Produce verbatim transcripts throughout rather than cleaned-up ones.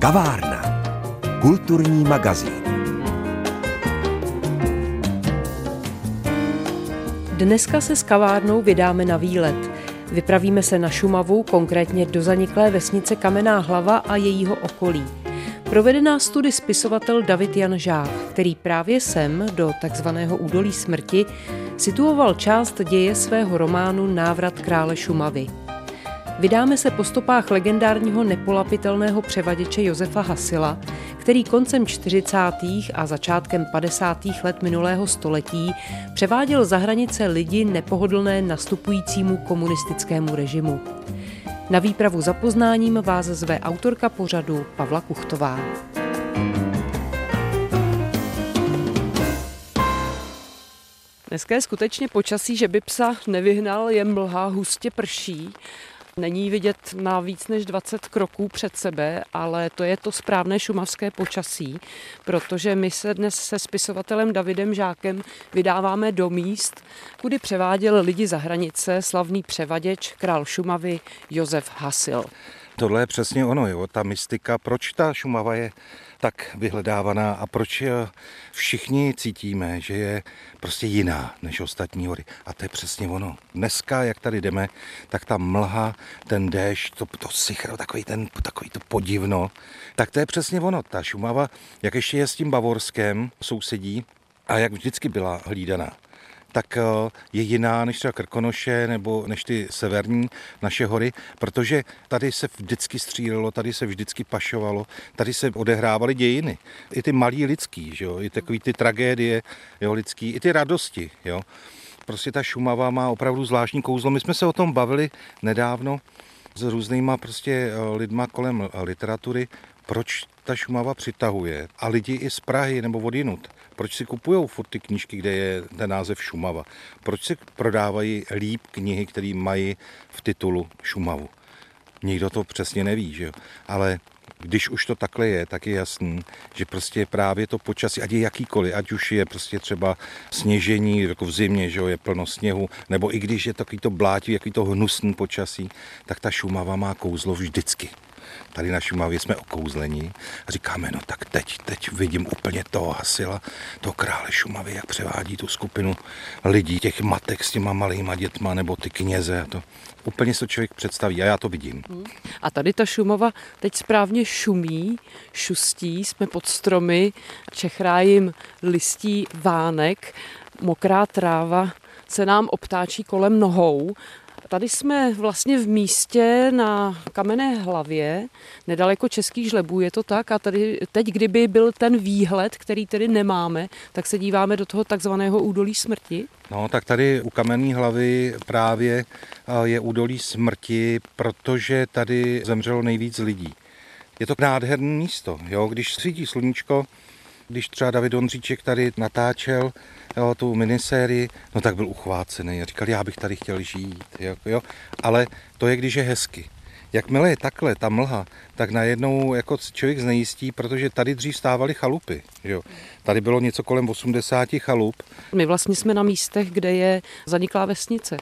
Kavárna. Kulturní magazín. Dneska se s kavárnou vydáme na výlet. Vypravíme se na Šumavu, konkrétně do zaniklé vesnice Kamenná Hlava a jejího okolí. Provede nás tudy spisovatel David Jan Žák, který právě sem, do takzvaného údolí smrti, situoval část děje svého románu Návrat krále Šumavy. Vydáme se po stopách legendárního nepolapitelného převaděče Josefa Hasila, který koncem čtyřicátých a začátkem padesátých let minulého století převáděl za hranice lidi nepohodlné nastupujícímu komunistickému režimu. Na výpravu za poznáním vás zve autorka pořadu Pavla Kuchtová. Dneska je skutečně počasí, že by psa nevyhnal, je mlha, hustě prší. Není vidět na víc než dvacet kroků před sebe, ale to je to správné šumavské počasí, protože my se dnes se spisovatelem Davidem Žákem vydáváme do míst, kudy převáděl lidi za hranice slavný převaděč, král Šumavy Josef Hasil. Tohle je přesně ono, jo, ta mystika, proč ta Šumava je tak vyhledávaná a proč všichni cítíme, že je prostě jiná než ostatní hory. A to je přesně ono. Dneska, jak tady jdeme, tak ta mlha, ten déšť, to, to sichro, takový, ten, takový to podivno, tak to je přesně ono. Ta Šumava, jak ještě je s tím Bavorskem sousedí a jak vždycky byla hlídaná, tak je jiná než třeba Krkonoše nebo než ty severní naše hory, protože tady se vždycky střílelo, tady se vždycky pašovalo, tady se odehrávaly dějiny. I ty malý lidský, že jo? I takový ty tragédie, jo, lidský, i ty radosti. Jo? Prostě ta Šumava má opravdu zvláštní kouzlo. My jsme se o tom bavili nedávno s různýma prostě lidma kolem literatury, proč ta Šumava přitahuje a lidi i z Prahy nebo odjinud. Proč si kupujou furt ty knížky, kde je ten název Šumava? Proč si prodávají líp knihy, které mají v titulu Šumavu? Nikdo to přesně neví, že jo? Ale když už to takhle je, tak je jasný, že prostě právě to počasí, ať je jakýkoliv, ať už je prostě třeba sněžení, jako v zimě, že jo, je plno sněhu, nebo i když je takový to blátivý, jaký to hnusný počasí, tak ta Šumava má kouzlo vždycky. Tady na Šumavě jsme okouzlení a říkáme, no tak teď, teď vidím úplně toho Hasila, toho krále Šumavy, jak převádí tu skupinu lidí, těch matek s těma malýma dětma, nebo ty kněze. A to úplně se člověk představí a já to vidím. A tady ta Šumava teď správně šumí, šustí, jsme pod stromy, čechrá jim listí vánek, mokrá tráva se nám obtáčí kolem nohou. Tady jsme vlastně v místě na Kamenné Hlavě, nedaleko Českých Žlebů, je to tak? A tady teď, kdyby byl ten výhled, který tedy nemáme, tak se díváme do toho takzvaného údolí smrti? No, tak tady u Kamenné Hlavy právě je údolí smrti, protože tady zemřelo nejvíc lidí. Je to nádherné místo, jo? Když svítí sluníčko, když třeba David Ondříček tady natáčel jo, tu minisérii, no tak byl uchvácený a říkal, já bych tady chtěl žít. Jo, jo. Ale to je, když je hezky. Jakmile je takhle ta mlha, tak najednou jako člověk znejistí, protože tady dřív stávaly chalupy. Jo. Tady bylo něco kolem osmdesát chalup. My vlastně jsme na místech, kde je zaniklá vesnice.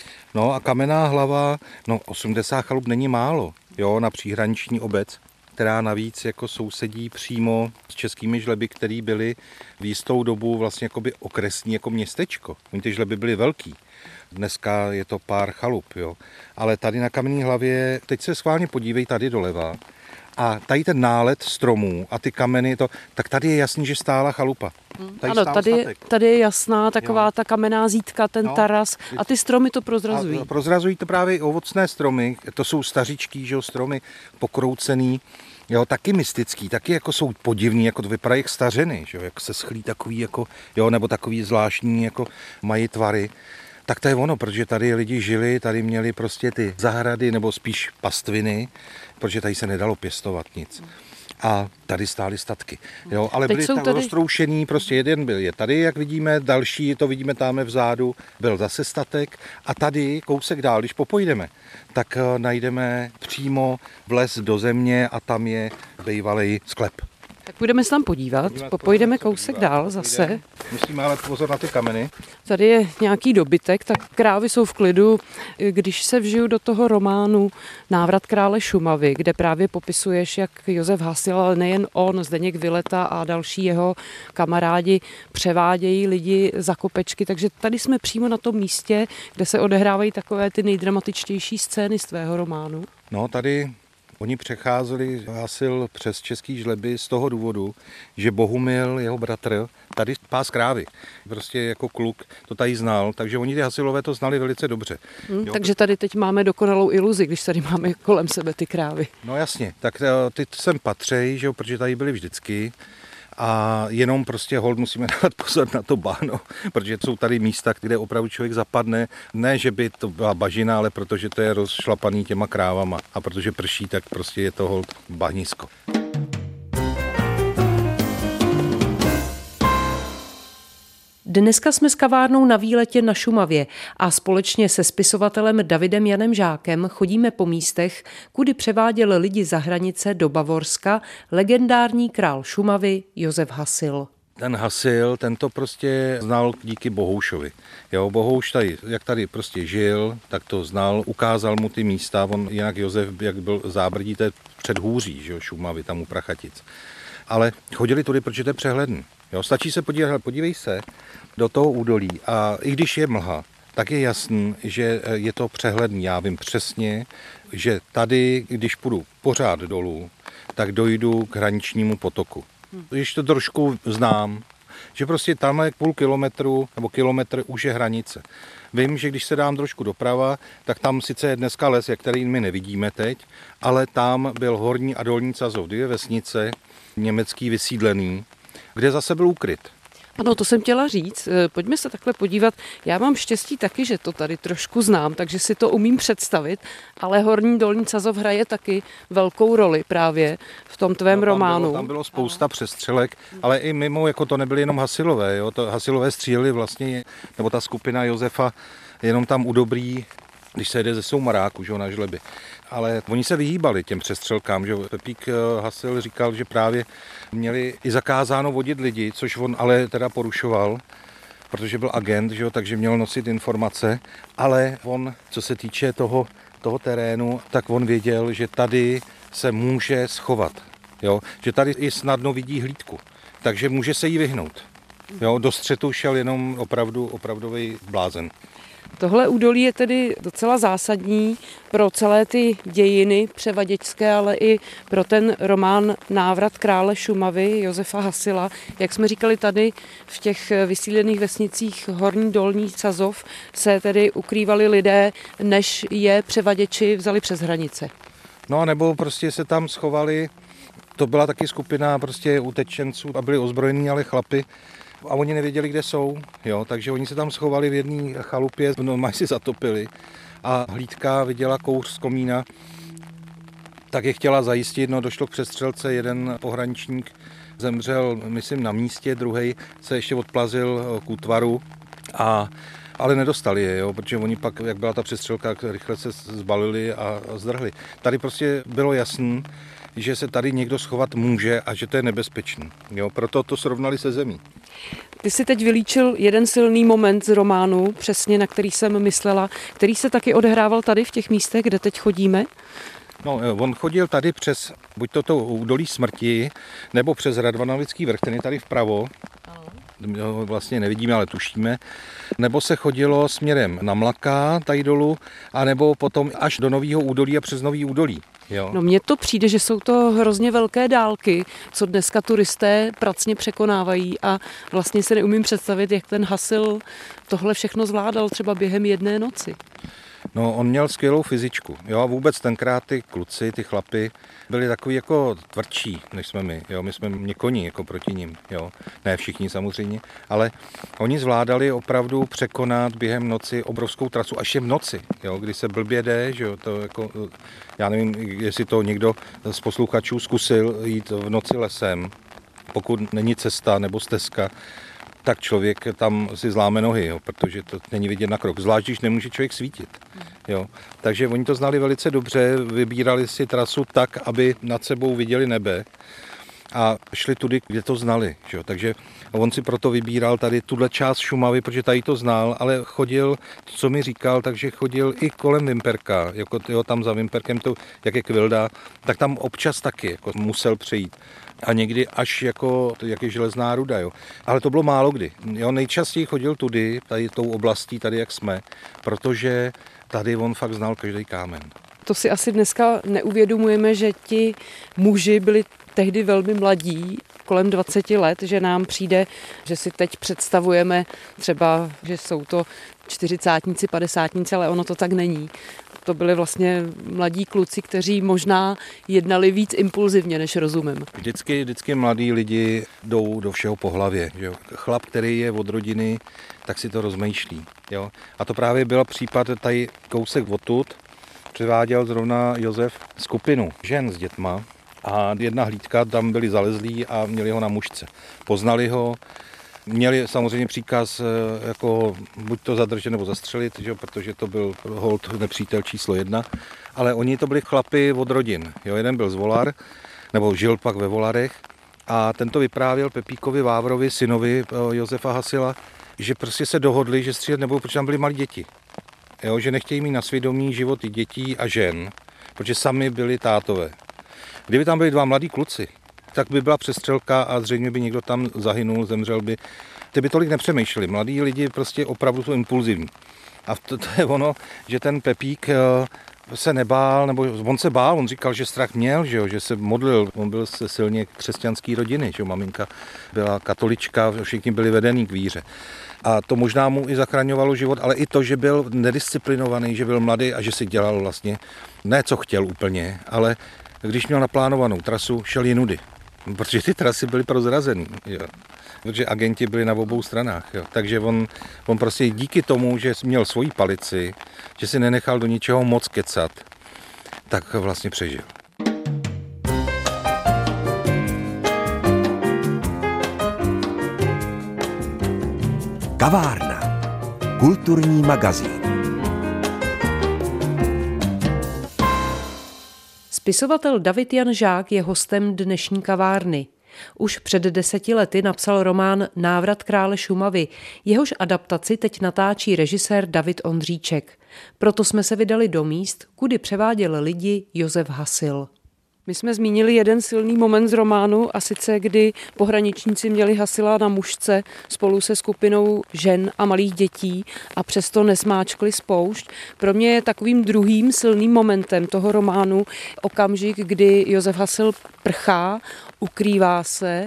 No a Kamenná Hlava, no osmdesát chalup není málo, jo, na příhraniční obec, která navíc jako sousedí přímo s Českými Žleby, které byly v jistou dobu vlastně jakoby okresní jako městečko. Oni ty Žleby byly velký. Dneska je to pár chalup, jo. Ale tady na Kamenné Hlavě, teď se schválně podívej tady doleva, a tady ten nálet stromů a ty kameny, to, tak tady je jasný, že stála chalupa. Tady ano, tady, tady je jasná taková jo. Ta kamenná zítka, ten no, taras a ty stromy to prozrazují. Prozrazují to právě ovocné stromy, to jsou stařičký, že jo, stromy pokroucený, jo, taky mystický, taky jako jsou podivný, jako to vypadá jak stařiny, že jo, jak se schlí takový jako, jo, nebo takový zvláštní, jako mají tvary. Tak to je ono, protože tady lidi žili, tady měli prostě ty zahrady, nebo spíš pastviny, protože tady se nedalo pěstovat nic. A tady stály statky. Jo, ale byly tak tady roztroušený, prostě jeden byl je tady, jak vidíme, další, to vidíme tamhle vzadu, byl zase statek a tady kousek dál, když popojdeme, tak najdeme přímo vlez do země a tam je bývalý sklep. Tak Půjdeme se tam podívat, popojdeme kousek dál zase. Musíme ale pozor na ty kameny. Tady je nějaký dobytek, tak krávy jsou v klidu. Když se vžiju do toho románu Návrat krále Šumavy, kde právě popisuješ, jak Josef Hasil, ale nejen on, Zdeněk Vileta a další jeho kamarádi převádějí lidi za kopečky, takže tady jsme přímo na tom místě, kde se odehrávají takové ty nejdramatičtější scény z tvého románu. No, tady oni přecházeli Hasil přes Český Žleby z toho důvodu, že Bohumil, jeho bratr, tady pás krávy. Prostě jako kluk to tady znal, takže oni ty Hasilové to znali velice dobře. Hmm, takže tady teď máme dokonalou iluzi, když tady máme kolem sebe ty krávy. No jasně, tak ty sem patří, že jo, protože tady byli vždycky. A jenom prostě hold musíme dávat pozor na to bahno, protože jsou tady místa, kde opravdu člověk zapadne. Ne, že by to byla bažina, ale protože to je rozšlapaný těma krávama. A protože prší, tak prostě je to hold bahnisko. Dneska jsme s kavárnou na výletě na Šumavě a společně se spisovatelem Davidem Janem Žákem chodíme po místech, kudy převáděl lidi za hranice do Bavorska legendární král Šumavy Josef Hasil. Ten Hasil, ten to prostě znal díky Bohoušovi. Jo, Bohouš tady, jak tady prostě žil, tak to znal, ukázal mu ty místa, on jinak Josef, jak byl zábrdí, to je před hůří, že jo, Šumavy, tam u Prachatic. Ale chodili tudy, protože to je přehledný. Jo, stačí se podívat, podívej se do toho údolí a i když je mlha, tak je jasný, že je to přehledný. Já vím přesně, že tady, když půjdu pořád dolů, tak dojdu k hraničnímu potoku. Když to trošku znám, že prostě tam je půl kilometru nebo kilometr už je hranice. Vím, že když se dám trošku doprava, tak tam sice je dneska les, který my nevidíme teď, ale tam byl Horní a Dolní Cazov, dvě vesnice, německý vysídlený, kde zase byl úkryt. Ano, to jsem chtěla říct. Pojďme se takhle podívat. Já mám štěstí taky, že to tady trošku znám, takže si to umím představit, ale Horní Dolní Cazov hraje taky velkou roli právě v tom tvém no, tam románu. Bylo, tam bylo spousta ano. přestřelek, ale i mimo, jako to nebyly jenom Hasilové. Jo? To Hasilové stříleli vlastně, nebo ta skupina Josefa, jenom tam u Dobrý, když se jede ze Soumaráku, že jo, na Žleby. Ale oni se vyhýbali těm přestřelkám, že Pepík Hasil říkal, že právě měli i zakázáno vodit lidi, což on ale teda porušoval, protože byl agent, že jo, takže měl nosit informace, ale on, co se týče toho, toho terénu, tak on věděl, že tady se může schovat, jo, že tady i snadno vidí hlídku, takže může se jí vyhnout. Jo, do střetu šel jenom opravdu opravdový blázen. Tohle údolí je tedy docela zásadní pro celé ty dějiny převaděčské, ale i pro ten román Návrat krále Šumavy Josefa Hasila. Jak jsme říkali, tady v těch vysídlených vesnicích Horní Dolní Cazov se tedy ukrývali lidé, než je převaděči vzali přes hranice. No nebo prostě se tam schovali, to byla taky skupina prostě utečenců a byli ozbrojení, ale chlapi, a oni nevěděli, kde jsou, jo, takže oni se tam schovali v jedné chalupě, no, si zatopili a hlídka viděla kouř z komína, tak je chtěla zajistit, no došlo k přestřelce, jeden pohraničník zemřel, myslím, na místě, druhý se ještě odplazil k útvaru, a, ale nedostali je, jo, protože oni pak, jak byla ta přestřelka, rychle se zbalili a zdrhli. Tady prostě bylo jasný, že se tady někdo schovat může a že to je nebezpečný. Jo, proto to srovnali se zemí. Ty jsi teď vylíčil jeden silný moment z románu, přesně na který jsem myslela, který se taky odehrával tady v těch místech, kde teď chodíme. No, on chodil tady přes buď toto údolí smrti, nebo přes Radvanovický vrch, ten je tady vpravo. No, vlastně nevidíme, ale tušíme. Nebo se chodilo směrem na Mlaka, tady dolů, anebo potom až do Nového údolí a přes Nový údolí. Jo. No mně to přijde, že jsou to hrozně velké dálky, co dneska turisté pracně překonávají a vlastně se neumím představit, jak ten Hasil tohle všechno zvládal třeba během jedné noci. No, on měl skvělou fyzičku. Jo, a vůbec tenkrát ty kluci, ty chlapy byli takový jako tvrdší, než jsme my. Jo, my jsme měkkoní jako proti nim. Jo, ne všichni samozřejmě, ale oni zvládali opravdu překonat během noci obrovskou trasu, až je v noci, jo, kdy se blbě jde, že jo, to jako, já nevím, jestli to někdo z posluchačů zkusil jít v noci lesem, pokud není cesta nebo stezka, tak člověk tam si zláme nohy, jo, protože to není vidět na krok. Zvlášť, když nemůže člověk svítit. Jo. Takže oni to znali velice dobře, vybírali si trasu tak, aby nad sebou viděli nebe. a šli tudy, kde to znali. Že? Takže on si proto vybíral tady tuhle část Šumavy, protože tady to znal, ale chodil, co mi říkal, takže chodil i kolem Vimperka, jako jo, tam za Vimperkem, to, jak je Kvilda, tak tam občas taky jako musel přejít. A někdy až jako, jak je Železná Ruda, jo. Ale to bylo málo kdy. Jo, nejčastěji chodil tudy, tady tou oblastí, tady jak jsme, protože tady on fakt znal každý kámen. To si asi dneska neuvědomujeme, že ti muži byli tehdy velmi mladí, kolem dvacet let, že nám přijde, že si teď představujeme třeba, že jsou to čtyřicátníci, padesátníci, ale ono to tak není. To byli vlastně mladí kluci, kteří možná jednali víc impulzivně než rozumem. Vždycky, vždycky mladí lidi jdou do všeho po hlavě. Že jo? Chlap, který je od rodiny, tak si to rozmýšlí. Jo? A to právě byl případ tady kousek odtud. Přiváděl zrovna Josef skupinu žen s dětma a jedna hlídka, tam byli zalezlí a měli ho na mušce. Poznali ho, měli samozřejmě příkaz jako buď to zadržet nebo zastřelit, že? Protože to byl holt nepřítel číslo jedna, ale oni to byli chlapi od rodin. Jo? Jeden byl z Volar, nebo žil pak ve Volarech a tento vyprávěl Pepíkovi Vávrovi, synovi Josefa Hasila, že prostě se dohodli, že střílet nebudou, protože tam byli malí děti. Jo, že nechtějí mít na svědomí životy dětí a žen, protože sami byli tátové. Kdyby tam byli dva mladí kluci, tak by byla přestřelka a zřejmě by někdo tam zahynul, zemřel by. Ty by tolik nepřemýšleli. Mladí lidi prostě opravdu jsou impulzivní. A to, to je ono, že ten Pepík se nebál, nebo on se bál, on říkal, že strach měl, že, jo, že se modlil. On byl ze silně křesťanské rodiny, že maminka byla katolička, všichni byli vedení k víře. A to možná mu i zachraňovalo život, ale i to, že byl nedisciplinovaný, že byl mladý a že si dělal vlastně, ne co chtěl úplně, ale když měl naplánovanou trasu, šel jinudy, protože ty trasy byly prozrazený, jo. Protože agenti byli na obou stranách. Jo. Takže on, on prostě díky tomu, že měl svoji palici, že si nenechal do ničeho moc kecat, tak vlastně přežil. Kavárna. Kulturní magazín. Spisovatel David Jan Žák je hostem dnešní kavárny. Už před deseti lety napsal román Návrat krále Šumavy. Jehož adaptaci teď natáčí režisér David Ondříček. Proto jsme se vydali do míst, kudy převáděl lidi Josef Hasil. My jsme zmínili jeden silný moment z románu, a sice kdy pohraničníci měli Hasila na mušce spolu se skupinou žen a malých dětí a přesto nesmáčkli spoušť. Pro mě je takovým druhým silným momentem toho románu okamžik, kdy Josef Hasil prchá, ukrývá se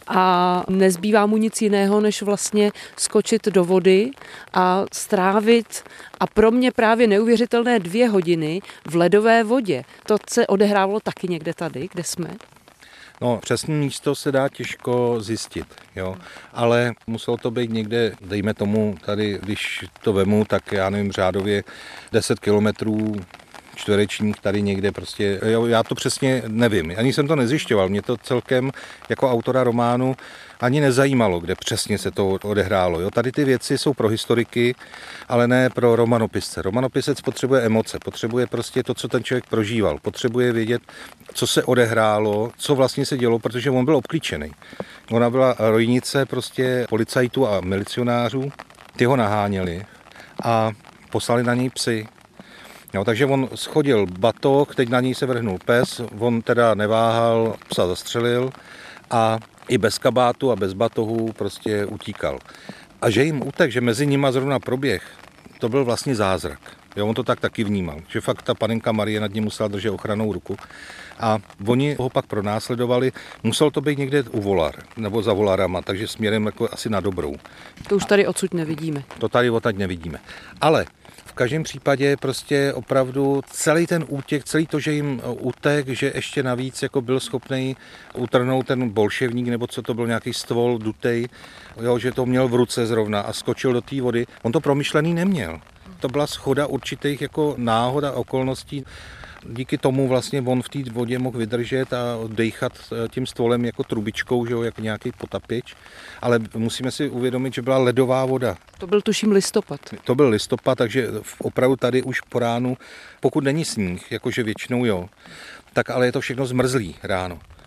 a nezbývá mu nic jiného, než vlastně skočit do vody a strávit a pro mě právě neuvěřitelné dvě hodiny v ledové vodě. To se odehrávalo taky někde tady, kde jsme? No, přesné místo se dá těžko zjistit, jo, ale muselo to být někde, dejme tomu tady, když to vemu, tak já nevím, řádově deset kilometrů čtverečních tady někde prostě, jo, já to přesně nevím, ani jsem to nezjišťoval, mě to celkem jako autora románu ani nezajímalo, kde přesně se to odehrálo. Jo. Tady ty věci jsou pro historiky, ale ne pro romanopisce. Romanopisec potřebuje emoce, potřebuje prostě to, co ten člověk prožíval, potřebuje vědět, co se odehrálo, co vlastně se dělo, protože on byl obklíčený. Ona byla rojnice prostě policajtů a milicionářů, ty ho naháněli a poslali na něj psy. No, takže on schodil batoh, teď na něj se vrhnul pes, on teda neváhal, psa zastřelil a i bez kabátu a bez batohu prostě utíkal. A že jim utek, že mezi nima zrovna proběh, to byl vlastně zázrak. Jo, on to tak taky vnímal, že fakt ta panenka Marie nad ním musela držet ochranou ruku. A oni ho pak pronásledovali, musel to být někde u Volar, nebo za Volarama, takže směrem jako asi na Dobrou. To už tady odsud nevidíme. To tady odtaď nevidíme. Ale v každém případě prostě opravdu celý ten útěk, celý to, že jim utek, že ještě navíc jako byl schopný utrhnout ten bolševník, nebo co to byl, nějaký stvol dutej, jo, že to měl v ruce zrovna a skočil do té vody. On to promyšlený neměl. To byla shoda určitých jako náhod a okolností. Díky tomu vlastně on v té vodě mohl vydržet a dejchat tím stvolem jako trubičkou, že jo, jako nějaký potapič. Ale musíme si uvědomit, že byla ledová voda. To byl tuším listopad. To byl listopad, takže opravdu tady už po ránu, pokud není sníh, jakože většinou jo, tak ale je to všechno zmrzlý ráno.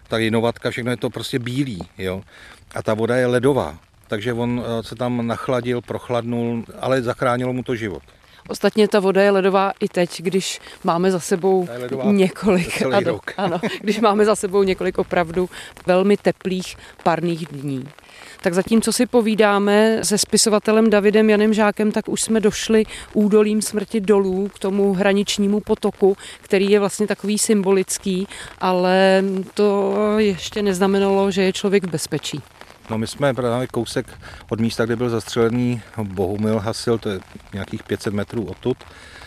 ta jinovatka, všechno je to prostě bílý, jo. A ta voda je ledová, takže on se tam nachladil, prochladnul, ale zachránilo mu to život. Ostatně ta voda je ledová i teď, když máme za sebou několik, ano, ano, když máme za sebou několik opravdu velmi teplých parných dní. Tak zatímco si povídáme se spisovatelem Davidem Janem Žákem, tak už jsme došli údolím Smrti dolů k tomu hraničnímu potoku, který je vlastně takový symbolický, ale to ještě neznamenalo, že je člověk v bezpečí. No my jsme právě kousek od místa, kde byl zastřelený Bohumil Hasil, to je nějakých pět set metrů odtud.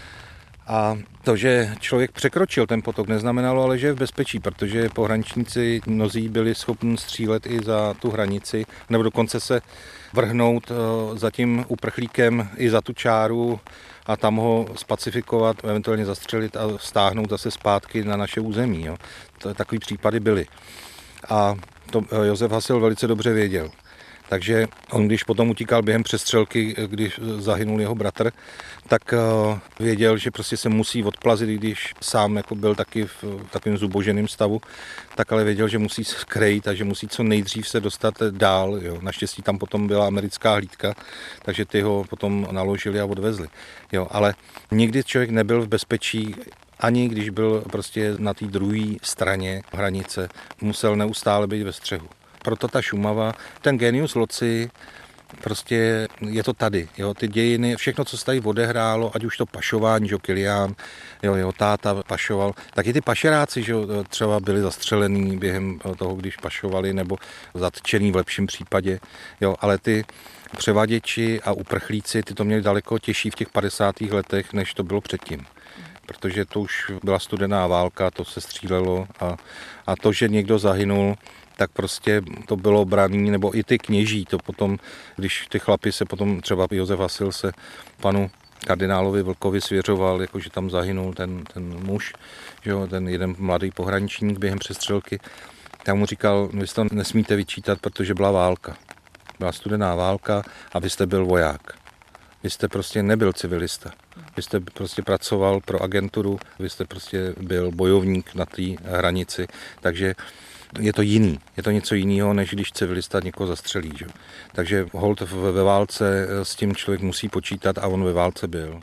A to, že člověk překročil ten potok, neznamenalo ale, že je v bezpečí, protože pohraničníci mnozí byli schopni střílet i za tu hranici, nebo dokonce se vrhnout za tím uprchlíkem i za tu čáru a tam ho spacifikovat, eventuálně zastřelit a stáhnout zase zpátky na naše území. Jo. To, takový případy byly. A to Josef Hasil velice dobře věděl. Takže on, když potom utíkal během přestřelky, když zahynul jeho bratr, tak věděl, že prostě se musí odplazit, když sám jako byl taky v takovém zuboženém stavu, tak ale věděl, že musí skrejt a že musí co nejdřív se dostat dál. Jo. Naštěstí tam potom byla americká hlídka, takže ty ho potom naložili a odvezli. Jo. Ale nikdy člověk nebyl v bezpečí, ani když byl prostě na té druhé straně hranice, musel neustále být ve střehu. Proto ta Šumava, ten genius loci, prostě je to tady. Jo, ty dějiny, všechno, co se tady odehrálo, ať už to pašování, že Kilián, jo, jeho táta pašoval, tak i ty pašeráci, že třeba byli zastřelení během toho, když pašovali, nebo zatčený v lepším případě, jo, ale ty převaděči a uprchlíci, ty to měli daleko těžší v těch padesátých letech, než to bylo předtím. Protože to už byla studená válka, to se střílelo a, a to, že někdo zahynul, tak prostě to bylo braný, nebo i ty kněží, to potom, když ty chlapi se potom, třeba Josef Hasil se panu kardinálovi Vlkovi svěřoval, jakože tam zahynul ten, ten muž, že jo, ten jeden mladý pohraničník během přestřelky, tak mu říkal, vy to nesmíte vyčítat, protože byla válka. Byla studená válka a vy jste byl voják. Vy jste prostě nebyl civilista. Vy jste prostě pracoval pro agenturu, vy jste prostě byl bojovník na té hranici, takže je to jiný. Je to něco jiného, než když civilista někoho zastřelí. Že? Takže holt ve válce s tím člověk musí počítat a on ve válce byl.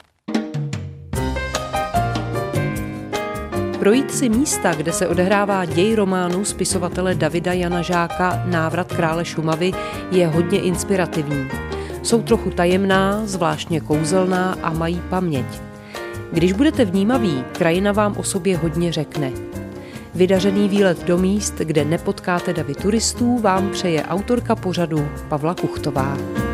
Projít si místa, kde se odehrává děj románu spisovatele Davida Jana Žáka Návrat krále Šumavy, je hodně inspirativní. Jsou trochu tajemná, zvláštně kouzelná a mají paměť. Když budete vnímaví, krajina vám o sobě hodně řekne. Vydařený výlet do míst, kde nepotkáte davy turistů, vám přeje autorka pořadu Pavla Kuchtová.